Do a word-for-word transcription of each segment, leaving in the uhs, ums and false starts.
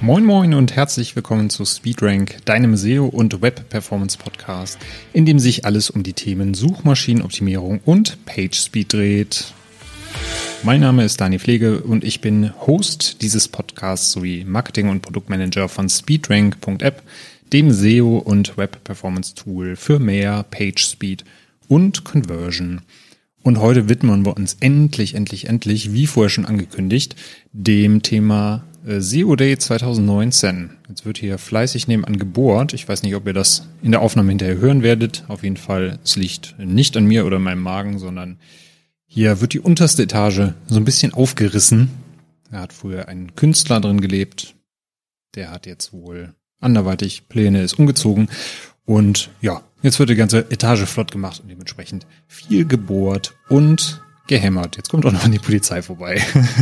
Moin Moin und herzlich willkommen zu SpeedRank, deinem S E O- und Web-Performance-Podcast, in dem sich alles um die Themen Suchmaschinenoptimierung und PageSpeed dreht. Mein Name ist Dani Pflege und ich bin Host dieses Podcasts sowie Marketing- und Produktmanager von SpeedRank punkt app, dem S E O- und Web-Performance-Tool für mehr PageSpeed und Conversion. Und heute widmen wir uns endlich, endlich, endlich, wie vorher schon angekündigt, dem Thema S E O Day zwanzig neunzehn. Jetzt wird hier fleißig nebenan gebohrt. Ich weiß nicht, ob ihr das in der Aufnahme hinterher hören werdet. Auf jeden Fall, es liegt nicht an mir oder meinem Magen, sondern hier wird die unterste Etage so ein bisschen aufgerissen. Da hat früher ein Künstler drin gelebt. Der hat jetzt wohl anderweitig Pläne, ist umgezogen. Und ja, jetzt wird die ganze Etage flott gemacht und dementsprechend viel gebohrt und gehämmert. Jetzt kommt auch noch die Polizei vorbei.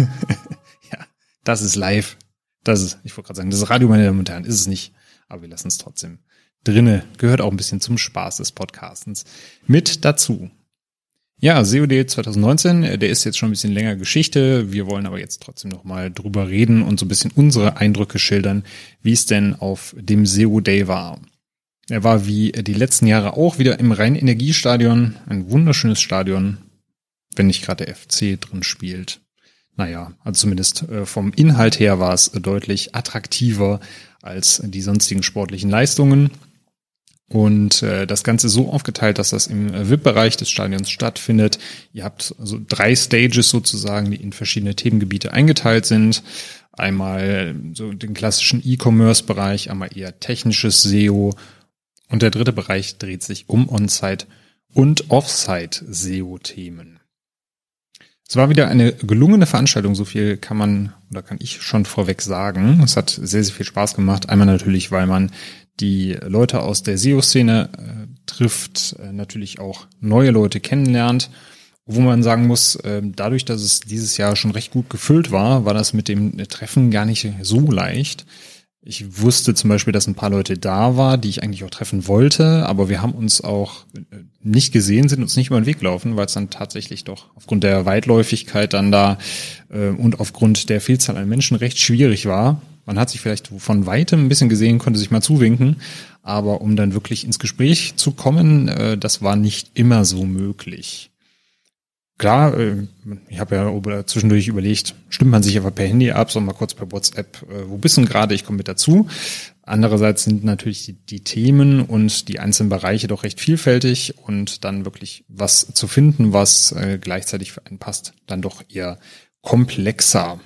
Ja, das ist live. Das ist, ich wollte gerade sagen, das ist Radio, meine Damen und Herren, ist es nicht. Aber wir lassen es trotzdem drinne. Gehört auch ein bisschen zum Spaß des Podcastens mit dazu. Ja, S E O Day zwanzig neunzehn, der ist jetzt schon ein bisschen länger Geschichte. Wir wollen aber jetzt trotzdem noch mal drüber reden und so ein bisschen unsere Eindrücke schildern, wie es denn auf dem S E O Day war. Er war wie die letzten Jahre auch wieder im Rhein-Energiestadion, ein wunderschönes Stadion, wenn nicht gerade der F C drin spielt. Naja, also zumindest vom Inhalt her war es deutlich attraktiver als die sonstigen sportlichen Leistungen. Und äh, das Ganze so aufgeteilt, dass das im V I P-Bereich des Stadions stattfindet. Ihr habt so drei Stages sozusagen, die in verschiedene Themengebiete eingeteilt sind. Einmal so den klassischen E-Commerce-Bereich, einmal eher technisches S E O. Und der dritte Bereich dreht sich um On-Site- und Off-Site-S E O-Themen. Es war wieder eine gelungene Veranstaltung, so viel kann man oder kann ich schon vorweg sagen. Es hat sehr, sehr viel Spaß gemacht. Einmal natürlich, weil man die Leute aus der S E O-Szene äh, trifft, äh, natürlich auch neue Leute kennenlernt. Wo man sagen muss, äh, dadurch, dass es dieses Jahr schon recht gut gefüllt war, war das mit dem Treffen gar nicht so leicht. Ich wusste zum Beispiel, dass ein paar Leute da waren, die ich eigentlich auch treffen wollte, aber wir haben uns auch nicht gesehen, sind uns nicht über den Weg gelaufen, weil es dann tatsächlich doch aufgrund der Weitläufigkeit dann da äh, und aufgrund der Vielzahl an Menschen recht schwierig war. Man hat sich vielleicht von Weitem ein bisschen gesehen, konnte sich mal zuwinken, aber um dann wirklich ins Gespräch zu kommen, äh, das war nicht immer so möglich. Klar, ich habe ja zwischendurch überlegt, stimmt man sich einfach per Handy ab, sondern mal kurz per WhatsApp, wo bist du denn gerade, ich komme mit dazu. Andererseits sind natürlich die, die Themen und die einzelnen Bereiche doch recht vielfältig und dann wirklich was zu finden, was äh, gleichzeitig für einen passt, dann doch eher komplexer.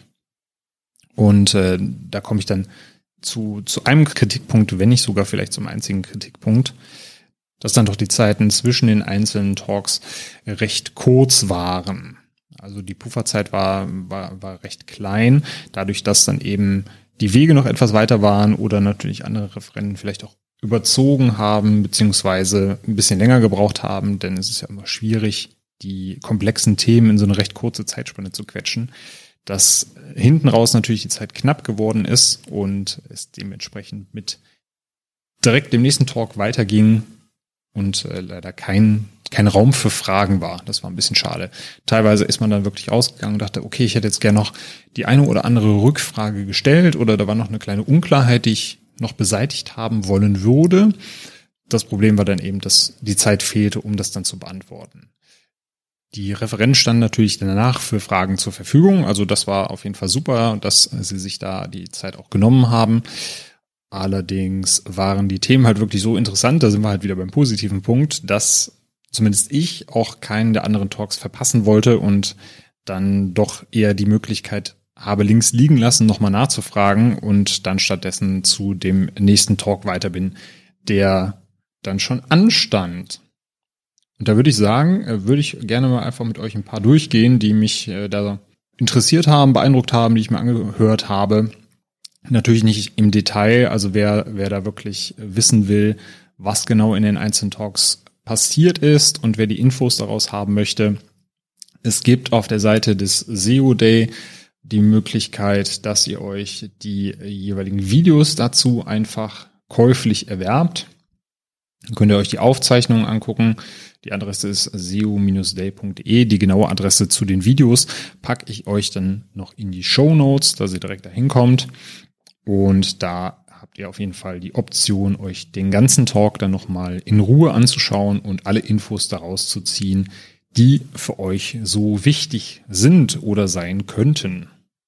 Und äh, da komme ich dann zu, zu einem Kritikpunkt, wenn nicht sogar vielleicht zum einzigen Kritikpunkt, dass dann doch die Zeiten zwischen den einzelnen Talks recht kurz waren. Also die Pufferzeit war, war, war recht klein, dadurch, dass dann eben die Wege noch etwas weiter waren oder natürlich andere Referenten vielleicht auch überzogen haben, beziehungsweise ein bisschen länger gebraucht haben, denn es ist ja immer schwierig, die komplexen Themen in so eine recht kurze Zeitspanne zu quetschen, dass hinten raus natürlich die Zeit knapp geworden ist und es dementsprechend mit direkt dem nächsten Talk weiterging, und äh, leider kein kein Raum für Fragen war. Das war ein bisschen schade. Teilweise ist man dann wirklich ausgegangen und dachte, okay, ich hätte jetzt gerne noch die eine oder andere Rückfrage gestellt oder da war noch eine kleine Unklarheit, die ich noch beseitigt haben wollen würde. Das Problem war dann eben, dass die Zeit fehlte, um das dann zu beantworten. Die Referenten standen natürlich danach für Fragen zur Verfügung. Also das war auf jeden Fall super, dass sie sich da die Zeit auch genommen haben. Allerdings waren die Themen halt wirklich so interessant, da sind wir halt wieder beim positiven Punkt, dass zumindest ich auch keinen der anderen Talks verpassen wollte und dann doch eher die Möglichkeit habe links liegen lassen, nochmal nachzufragen und dann stattdessen zu dem nächsten Talk weiter bin, der dann schon anstand. Und da würde ich sagen, würde ich gerne mal einfach mit euch ein paar durchgehen, die mich äh, da interessiert haben, beeindruckt haben, die ich mir angehört habe. Natürlich nicht im Detail, also wer wer da wirklich wissen will, was genau in den einzelnen Talks passiert ist und wer die Infos daraus haben möchte. Es gibt auf der Seite des S E O Day die Möglichkeit, dass ihr euch die jeweiligen Videos dazu einfach käuflich erwerbt. Dann könnt ihr euch die Aufzeichnungen angucken. Die Adresse ist S E O Day punkt de. Die genaue Adresse zu den Videos packe ich euch dann noch in die Shownotes, dass ihr direkt dahin kommt. Und da habt ihr auf jeden Fall die Option, euch den ganzen Talk dann nochmal in Ruhe anzuschauen und alle Infos daraus zu ziehen, die für euch so wichtig sind oder sein könnten.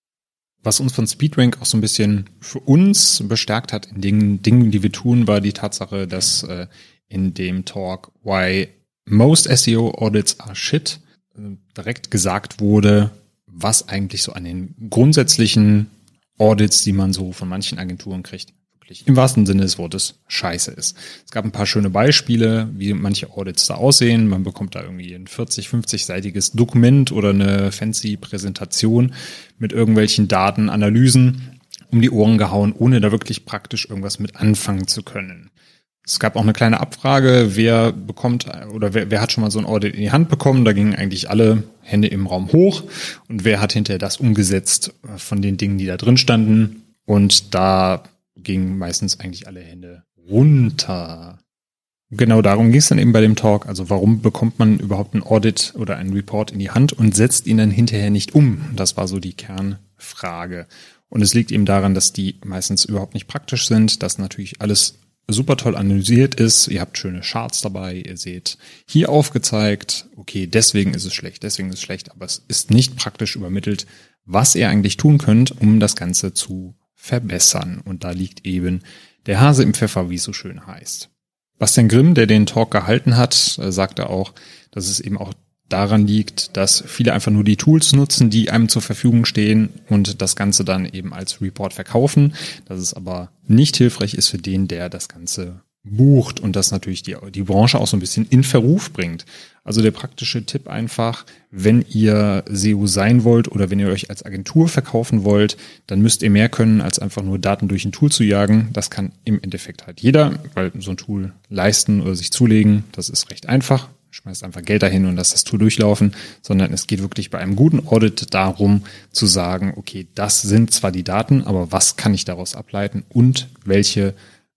Was uns von SpeedRank auch so ein bisschen für uns bestärkt hat in den Dingen, die wir tun, war die Tatsache, dass äh, in dem Talk Why Most S E O Audits Are Shit äh, direkt gesagt wurde, was eigentlich so an den grundsätzlichen Audits, die man so von manchen Agenturen kriegt, wirklich im wahrsten Sinne des Wortes scheiße ist. Es gab ein paar schöne Beispiele, wie manche Audits da aussehen. Man bekommt da irgendwie ein vierzig-, fünfzig-seitiges Dokument oder eine fancy Präsentation mit irgendwelchen Daten, Analysen um die Ohren gehauen, ohne da wirklich praktisch irgendwas mit anfangen zu können. Es gab auch eine kleine Abfrage, wer bekommt oder wer, wer hat schon mal so ein Audit in die Hand bekommen. Da gingen eigentlich alle Hände im Raum hoch und wer hat hinterher das umgesetzt von den Dingen, die da drin standen. Und da gingen meistens eigentlich alle Hände runter. Genau darum ging es dann eben bei dem Talk. Also warum bekommt man überhaupt ein Audit oder einen Report in die Hand und setzt ihn dann hinterher nicht um? Das war so die Kernfrage. Und es liegt eben daran, dass die meistens überhaupt nicht praktisch sind, dass natürlich alles super toll analysiert ist. Ihr habt schöne Charts dabei. Ihr seht hier aufgezeigt, okay, deswegen ist es schlecht, deswegen ist es schlecht, aber es ist nicht praktisch übermittelt, was ihr eigentlich tun könnt, um das Ganze zu verbessern. Und da liegt eben der Hase im Pfeffer, wie es so schön heißt. Bastian Grimm, der den Talk gehalten hat, sagte auch, dass es eben auch daran liegt, dass viele einfach nur die Tools nutzen, die einem zur Verfügung stehen und das Ganze dann eben als Report verkaufen. Dass es aber nicht hilfreich ist für den, der das Ganze bucht und das natürlich die, die Branche auch so ein bisschen in Verruf bringt. Also der praktische Tipp einfach, wenn ihr S E O sein wollt oder wenn ihr euch als Agentur verkaufen wollt, dann müsst ihr mehr können, als einfach nur Daten durch ein Tool zu jagen. Das kann im Endeffekt halt jeder, weil so ein Tool leisten oder sich zulegen, das ist recht einfach. Schmeißt einfach Geld dahin und lasst das Tool durchlaufen, sondern es geht wirklich bei einem guten Audit darum zu sagen, okay, das sind zwar die Daten, aber was kann ich daraus ableiten und welche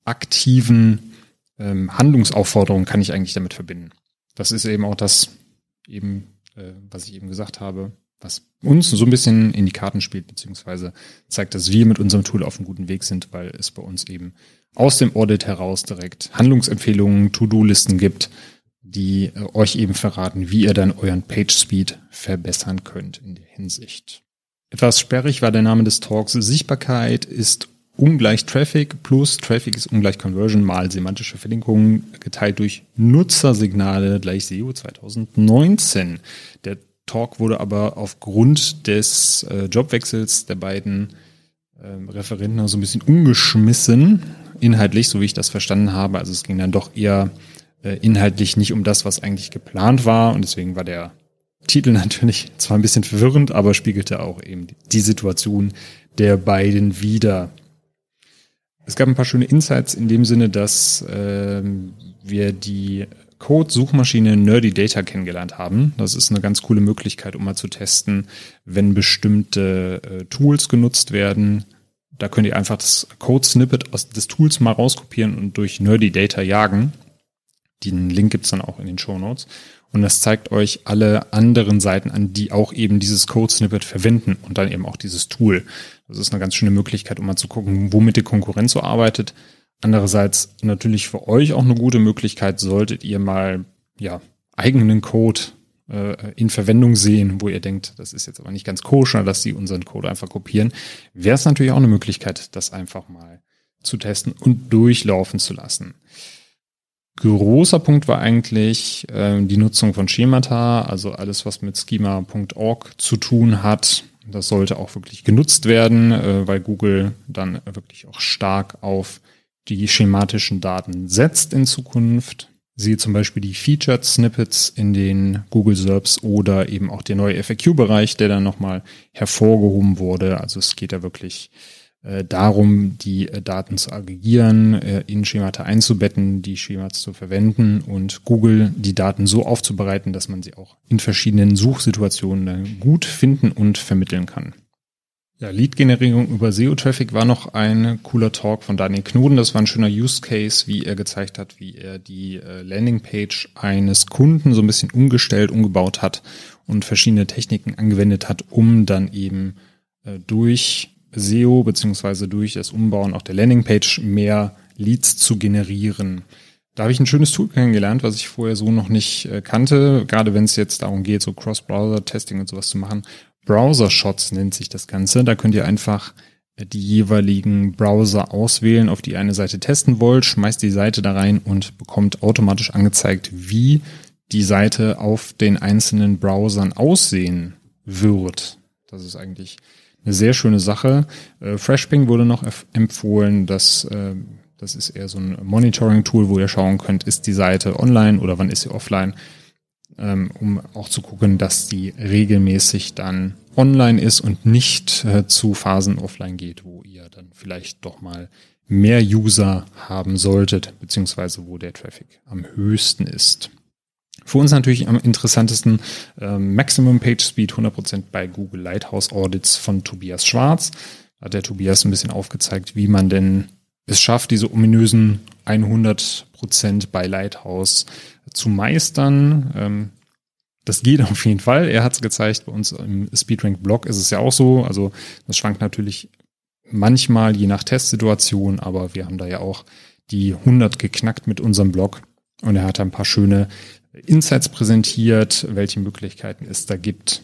aktiven ähm, Handlungsaufforderungen kann ich eigentlich damit verbinden? Das ist eben auch das, eben, äh, was ich eben gesagt habe, was uns so ein bisschen in die Karten spielt, beziehungsweise zeigt, dass wir mit unserem Tool auf einem guten Weg sind, weil es bei uns eben aus dem Audit heraus direkt Handlungsempfehlungen, To-Do-Listen gibt, die äh, euch eben verraten, wie ihr dann euren Page-Speed verbessern könnt in der Hinsicht. Etwas sperrig war der Name des Talks. Sichtbarkeit ist ungleich Traffic plus Traffic ist ungleich Conversion mal semantische Verlinkungen geteilt durch Nutzersignale gleich S E O zwanzig neunzehn. Der Talk wurde aber aufgrund des äh, Jobwechsels der beiden äh, Referenten so ein bisschen umgeschmissen, inhaltlich, so wie ich das verstanden habe. Also es ging dann doch eher inhaltlich nicht um das, was eigentlich geplant war und deswegen war der Titel natürlich zwar ein bisschen verwirrend, aber spiegelte auch eben die Situation der beiden wider. Es gab ein paar schöne Insights in dem Sinne, dass äh, wir die Code-Suchmaschine Nerdy Data kennengelernt haben. Das ist eine ganz coole Möglichkeit, um mal zu testen, wenn bestimmte äh, Tools genutzt werden. Da könnt ihr einfach das Code-Snippet aus des Tools mal rauskopieren und durch Nerdy Data jagen. Den Link gibt's dann auch in den Shownotes. Und das zeigt euch alle anderen Seiten an, die auch eben dieses Code-Snippet verwenden und dann eben auch dieses Tool. Das ist eine ganz schöne Möglichkeit, um mal zu gucken, womit die Konkurrenz so arbeitet. Andererseits natürlich für euch auch eine gute Möglichkeit, solltet ihr mal ja eigenen Code äh, in Verwendung sehen, wo ihr denkt, das ist jetzt aber nicht ganz koscher, dass sie unseren Code einfach kopieren, wäre es natürlich auch eine Möglichkeit, das einfach mal zu testen und durchlaufen zu lassen. Großer Punkt war eigentlich äh, die Nutzung von Schemata, also alles, was mit schema punkt org zu tun hat. Das sollte auch wirklich genutzt werden, äh, weil Google dann wirklich auch stark auf die schematischen Daten setzt in Zukunft. Siehe zum Beispiel die Featured Snippets in den Google S E R Ps oder eben auch der neue F A Q-Bereich, der dann nochmal hervorgehoben wurde. Also es geht da wirklich darum, die Daten zu aggregieren, in Schemata einzubetten, die Schemas zu verwenden und Google die Daten so aufzubereiten, dass man sie auch in verschiedenen Suchsituationen gut finden und vermitteln kann. Ja, Lead-Generierung über S E O-Traffic war noch ein cooler Talk von Daniel Knoden. Das war ein schöner Use-Case, wie er gezeigt hat, wie er die Landingpage eines Kunden so ein bisschen umgestellt, umgebaut hat und verschiedene Techniken angewendet hat, um dann eben durch S E O beziehungsweise durch das Umbauen auch der Landingpage mehr Leads zu generieren. Da habe ich ein schönes Tool kennengelernt, was ich vorher so noch nicht äh, kannte, gerade wenn es jetzt darum geht, so Cross-Browser-Testing und sowas zu machen. Browser-Shots nennt sich das Ganze. Da könnt ihr einfach die jeweiligen Browser auswählen, auf die ihr eine Seite testen wollt, schmeißt die Seite da rein und bekommt automatisch angezeigt, wie die Seite auf den einzelnen Browsern aussehen wird. Das ist eigentlich eine sehr schöne Sache. Äh, Freshping wurde noch f- empfohlen, dass äh, das ist eher so ein Monitoring-Tool, wo ihr schauen könnt, ist die Seite online oder wann ist sie offline, ähm, um auch zu gucken, dass die regelmäßig dann online ist und nicht äh, zu Phasen offline geht, wo ihr dann vielleicht doch mal mehr User haben solltet, beziehungsweise wo der Traffic am höchsten ist. Für uns natürlich am interessantesten äh, Maximum Page Speed hundert Prozent bei Google Lighthouse Audits von Tobias Schwarz. Da hat der Tobias ein bisschen aufgezeigt, wie man denn es schafft, diese ominösen hundert Prozent bei Lighthouse zu meistern. Ähm, Das geht auf jeden Fall. Er hat es gezeigt, bei uns im SpeedRank-Blog ist es ja auch so. Also das schwankt natürlich manchmal je nach Testsituation, aber wir haben da ja auch die hundert geknackt mit unserem Blog. Und er hat ein paar schöne Insights präsentiert, welche Möglichkeiten es da gibt,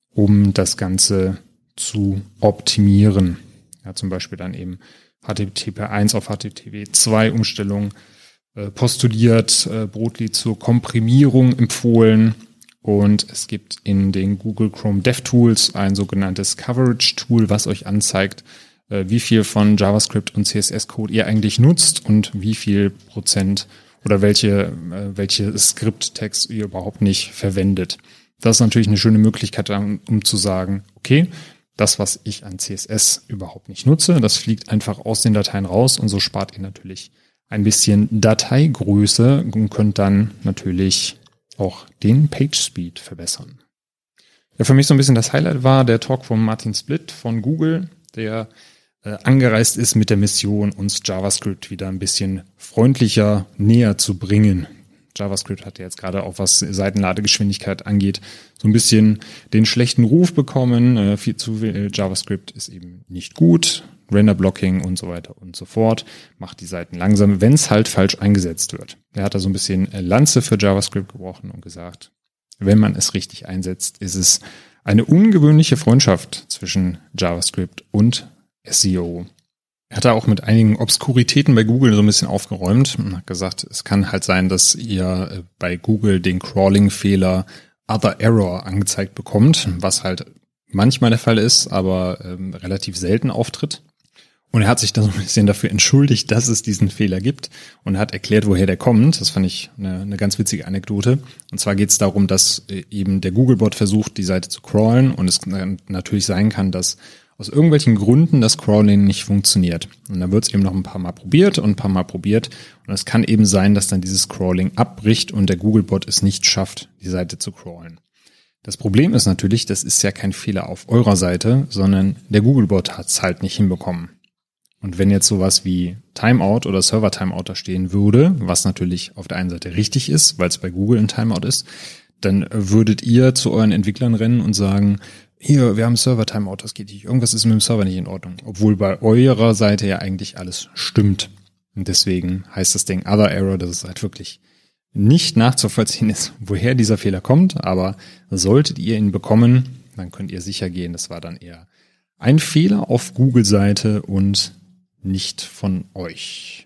um das Ganze zu optimieren. Er hat zum Beispiel dann eben H T T P eins auf H T T P zwei Umstellung äh, postuliert, äh, Brotli zur Komprimierung empfohlen. Und es gibt in den Google Chrome DevTools ein sogenanntes Coverage-Tool, was euch anzeigt, wie viel von JavaScript und C S S-Code ihr eigentlich nutzt und wie viel Prozent oder welche, welche Skript-Tags ihr überhaupt nicht verwendet. Das ist natürlich eine schöne Möglichkeit, um zu sagen, okay, das, was ich an C S S überhaupt nicht nutze, das fliegt einfach aus den Dateien raus und so spart ihr natürlich ein bisschen Dateigröße und könnt dann natürlich auch den Page Speed verbessern. Ja, für mich so ein bisschen das Highlight war der Talk von Martin Splitt von Google, der äh, angereist ist mit der Mission, uns JavaScript wieder ein bisschen freundlicher näher zu bringen. JavaScript hat ja jetzt gerade auch, was Seitenladegeschwindigkeit angeht, so ein bisschen den schlechten Ruf bekommen. Äh, viel zu viel JavaScript ist eben nicht gut. Render-Blocking und so weiter und so fort macht die Seiten langsam, wenn es halt falsch eingesetzt wird. Er hat da so ein bisschen Lanze für JavaScript gebrochen und gesagt, wenn man es richtig einsetzt, ist es eine ungewöhnliche Freundschaft zwischen JavaScript und S E O. Er hat da auch mit einigen Obskuritäten bei Google so ein bisschen aufgeräumt und hat gesagt, es kann halt sein, dass ihr bei Google den Crawling-Fehler Other Error angezeigt bekommt, was halt manchmal der Fall ist, aber ähm, relativ selten auftritt. Und er hat sich da so ein bisschen dafür entschuldigt, dass es diesen Fehler gibt und hat erklärt, woher der kommt. Das fand ich eine, eine ganz witzige Anekdote. Und zwar geht es darum, dass eben der Googlebot versucht, die Seite zu crawlen und es natürlich sein kann, dass aus irgendwelchen Gründen das Crawling nicht funktioniert. Und dann wird es eben noch ein paar Mal probiert und ein paar Mal probiert. Und es kann eben sein, dass dann dieses Crawling abbricht und der Googlebot es nicht schafft, die Seite zu crawlen. Das Problem ist natürlich, das ist ja kein Fehler auf eurer Seite, sondern der Googlebot hat es halt nicht hinbekommen. Und wenn jetzt sowas wie Timeout oder Server-Timeout da stehen würde, was natürlich auf der einen Seite richtig ist, weil es bei Google ein Timeout ist, dann würdet ihr zu euren Entwicklern rennen und sagen, hier, wir haben Server-Timeout, das geht nicht, irgendwas ist mit dem Server nicht in Ordnung. Obwohl bei eurer Seite ja eigentlich alles stimmt. Und deswegen heißt das Ding Other Error, dass es halt wirklich nicht nachzuvollziehen ist, woher dieser Fehler kommt. Aber solltet ihr ihn bekommen, dann könnt ihr sicher gehen, das war dann eher ein Fehler auf Google-Seite und nicht von euch.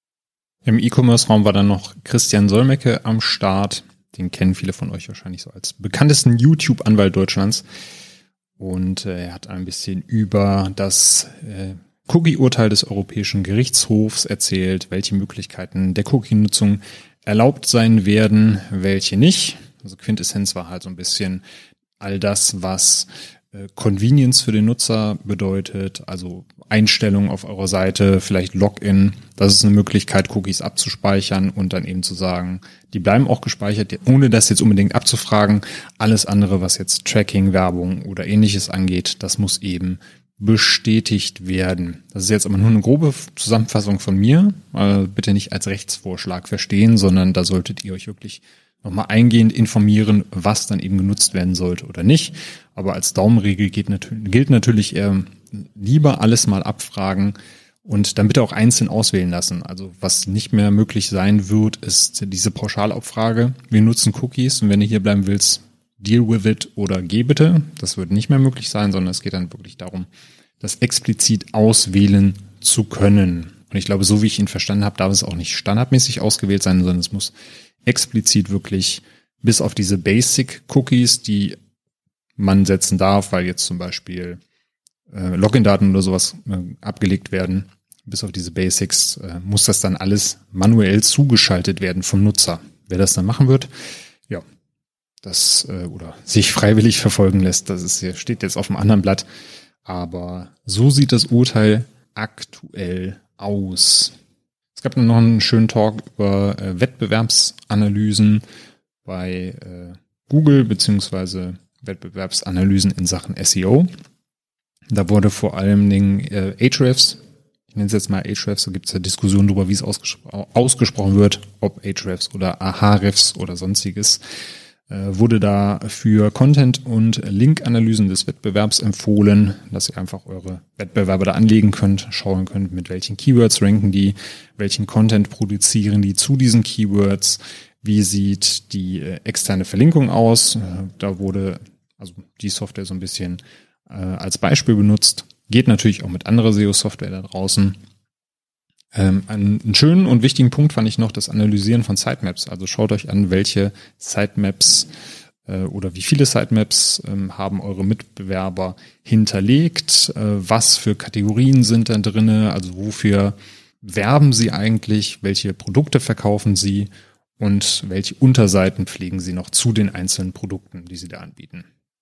Im E-Commerce-Raum war dann noch Christian Solmecke am Start. Den kennen viele von euch wahrscheinlich so als bekanntesten YouTube-Anwalt Deutschlands. Und äh, er hat ein bisschen über das äh, Cookie-Urteil des Europäischen Gerichtshofs erzählt, welche Möglichkeiten der Cookie-Nutzung erlaubt sein werden, welche nicht. Also Quintessenz war halt so ein bisschen all das, was äh, Convenience für den Nutzer bedeutet, also Einstellungen auf eurer Seite, vielleicht Login. Das ist eine Möglichkeit, Cookies abzuspeichern und dann eben zu sagen, die bleiben auch gespeichert, ohne das jetzt unbedingt abzufragen. Alles andere, was jetzt Tracking, Werbung oder ähnliches angeht, das muss eben bestätigt werden. Das ist jetzt aber nur eine grobe Zusammenfassung von mir. Also bitte nicht als Rechtsvorschlag verstehen, sondern da solltet ihr euch wirklich nochmal eingehend informieren, was dann eben genutzt werden sollte oder nicht. Aber als Daumenregel geht natürlich, gilt natürlich eher lieber alles mal abfragen und dann bitte auch einzeln auswählen lassen. Also was nicht mehr möglich sein wird, ist diese Pauschalabfrage. Wir nutzen Cookies und wenn du hier bleiben willst, deal with it oder geh bitte. Das wird nicht mehr möglich sein, sondern es geht dann wirklich darum, das explizit auswählen zu können. Und ich glaube, so wie ich ihn verstanden habe, darf es auch nicht standardmäßig ausgewählt sein, sondern es muss explizit wirklich bis auf diese Basic-Cookies, die man setzen darf, weil jetzt zum Beispiel äh, Login-Daten oder sowas äh, abgelegt werden, bis auf diese Basics, äh, muss das dann alles manuell zugeschaltet werden vom Nutzer. Wer das dann machen wird, ja, das äh, oder sich freiwillig verfolgen lässt, das ist hier, steht jetzt auf dem anderen Blatt. Aber so sieht das Urteil aktuell aus. Es gab noch einen schönen Talk über äh, Wettbewerbsanalysen bei äh, Google beziehungsweise Wettbewerbsanalysen in Sachen S E O. Da wurde vor allem Dingen äh, Ahrefs, ich nenne es jetzt mal Ahrefs, so gibt es ja Diskussionen darüber, wie es ausgespro- ausgesprochen wird, ob Ahrefs oder Ahrefs oder sonstiges, äh, wurde da für Content- und Link-Analysen des Wettbewerbs empfohlen, dass ihr einfach eure Wettbewerber da anlegen könnt, schauen könnt, mit welchen Keywords ranken die, welchen Content produzieren die zu diesen Keywords, wie sieht die äh, externe Verlinkung aus. Äh, da wurde also die Software so ein bisschen äh, als Beispiel benutzt. Geht natürlich auch mit anderer S E O-Software da draußen. Ähm, einen, einen schönen und wichtigen Punkt fand ich noch das Analysieren von Sitemaps. Also schaut euch an, welche Sitemaps äh, oder wie viele Sitemaps ähm, haben eure Mitbewerber hinterlegt. Äh, was für Kategorien sind da drinne? Also wofür werben sie eigentlich? Welche Produkte verkaufen sie? Und welche Unterseiten pflegen sie noch zu den einzelnen Produkten, die sie da anbieten.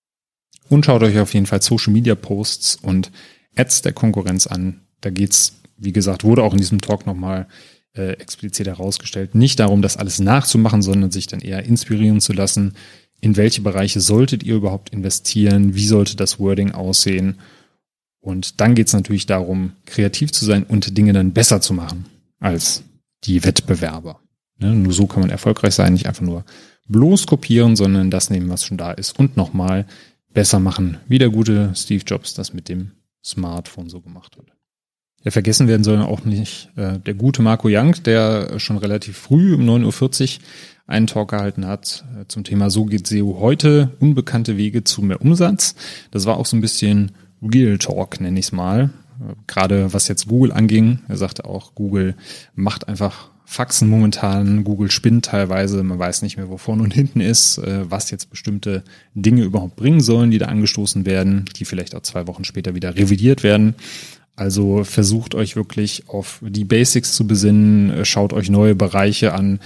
Und schaut euch auf jeden Fall Social Media Posts und Ads der Konkurrenz an. Da geht's, wie gesagt, wurde auch in diesem Talk nochmal äh, explizit herausgestellt, nicht darum, das alles nachzumachen, sondern sich dann eher inspirieren zu lassen. In welche Bereiche solltet ihr überhaupt investieren? Wie sollte das Wording aussehen? Und dann geht's natürlich darum, kreativ zu sein und Dinge dann besser zu machen als die Wettbewerber. Ne, nur so kann man erfolgreich sein, nicht einfach nur bloß kopieren, sondern das nehmen, was schon da ist und nochmal besser machen, wie der gute Steve Jobs das mit dem Smartphone so gemacht hat. Ja, vergessen werden soll auch nicht äh, der gute Marco Young, der schon relativ früh um neun Uhr vierzig einen Talk gehalten hat äh, zum Thema So geht S E O heute, unbekannte Wege zu mehr Umsatz. Das war auch so ein bisschen Real Talk, nenne ich es mal. Äh, gerade was jetzt Google anging. Er sagte auch, Google macht einfach Faxen momentan, Google spinnt teilweise, man weiß nicht mehr, wo vorne und hinten ist, was jetzt bestimmte Dinge überhaupt bringen sollen, die da angestoßen werden, die vielleicht auch zwei Wochen später wieder revidiert werden. Also versucht euch wirklich auf die Basics zu besinnen, schaut euch neue Bereiche an,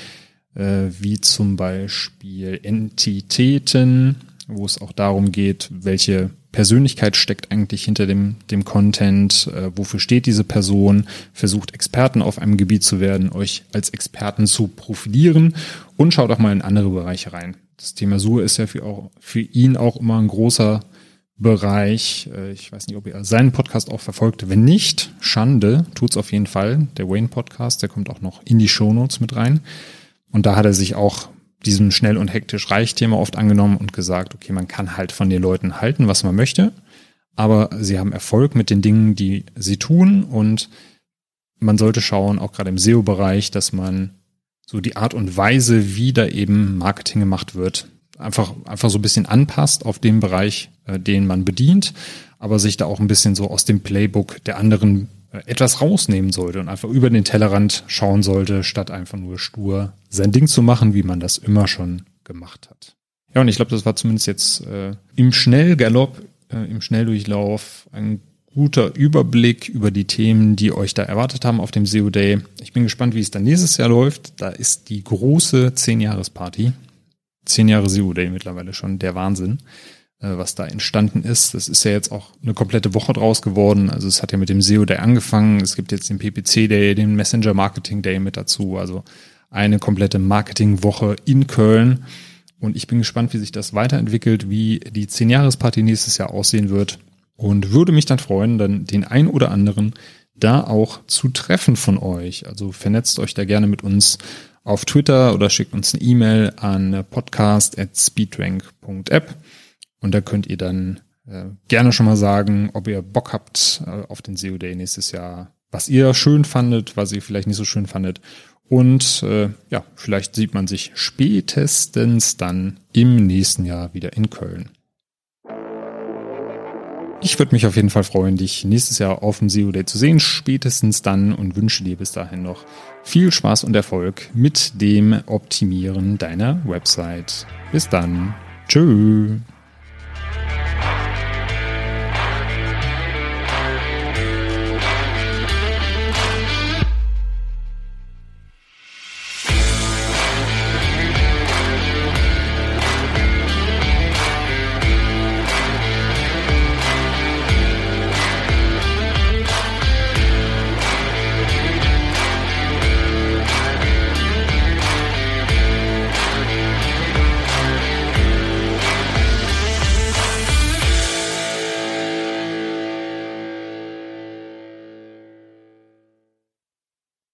wie zum Beispiel Entitäten, wo es auch darum geht, welche Persönlichkeit steckt eigentlich hinter dem, dem Content, äh, wofür steht diese Person, versucht Experten auf einem Gebiet zu werden, euch als Experten zu profilieren und schaut auch mal in andere Bereiche rein. Das Thema S E O ist ja für, auch, für ihn auch immer ein großer Bereich. Äh, ich weiß nicht, ob ihr seinen Podcast auch verfolgt. Wenn nicht, Schande, tut's auf jeden Fall. Der Wayne Podcast, der kommt auch noch in die Shownotes mit rein. Und da hat er sich auch diesem schnell und hektisch reich Thema oft angenommen und gesagt, okay, man kann halt von den Leuten halten, was man möchte, aber sie haben Erfolg mit den Dingen, die sie tun und man sollte schauen, auch gerade im S E O-Bereich, dass man so die Art und Weise, wie da eben Marketing gemacht wird, einfach einfach so ein bisschen anpasst auf den Bereich, äh, den man bedient, aber sich da auch ein bisschen so aus dem Playbook der anderen etwas rausnehmen sollte und einfach über den Tellerrand schauen sollte, statt einfach nur stur sein Ding zu machen, wie man das immer schon gemacht hat. Ja, und ich glaube, das war zumindest jetzt äh, im Schnellgalopp, äh, im Schnelldurchlauf ein guter Überblick über die Themen, die euch da erwartet haben auf dem S E O Day. Ich bin gespannt, wie es dann nächstes Jahr läuft. Da ist die große zehn-Jahres-Party. Zehn Jahre S E O Day mittlerweile schon, der Wahnsinn, was da entstanden ist. Das ist ja jetzt auch eine komplette Woche draus geworden. Also es hat ja mit dem S E O Day angefangen. Es gibt jetzt den P P C Day, den Messenger Marketing Day mit dazu. Also eine komplette Marketingwoche in Köln. Und ich bin gespannt, wie sich das weiterentwickelt, wie die zehn-Jahres-Party nächstes Jahr aussehen wird. Und würde mich dann freuen, dann den ein oder anderen da auch zu treffen von euch. Also vernetzt euch da gerne mit uns auf Twitter oder schickt uns eine E-Mail an podcast at speedrank punkt app und da könnt ihr dann äh, gerne schon mal sagen, ob ihr Bock habt äh, auf den S E O Day nächstes Jahr, was ihr schön fandet, was ihr vielleicht nicht so schön fandet. Und äh, ja, vielleicht sieht man sich spätestens dann im nächsten Jahr wieder in Köln. Ich würde mich auf jeden Fall freuen, dich nächstes Jahr auf dem S E O Day zu sehen, spätestens dann, und wünsche dir bis dahin noch viel Spaß und Erfolg mit dem Optimieren deiner Website. Bis dann. Tschö.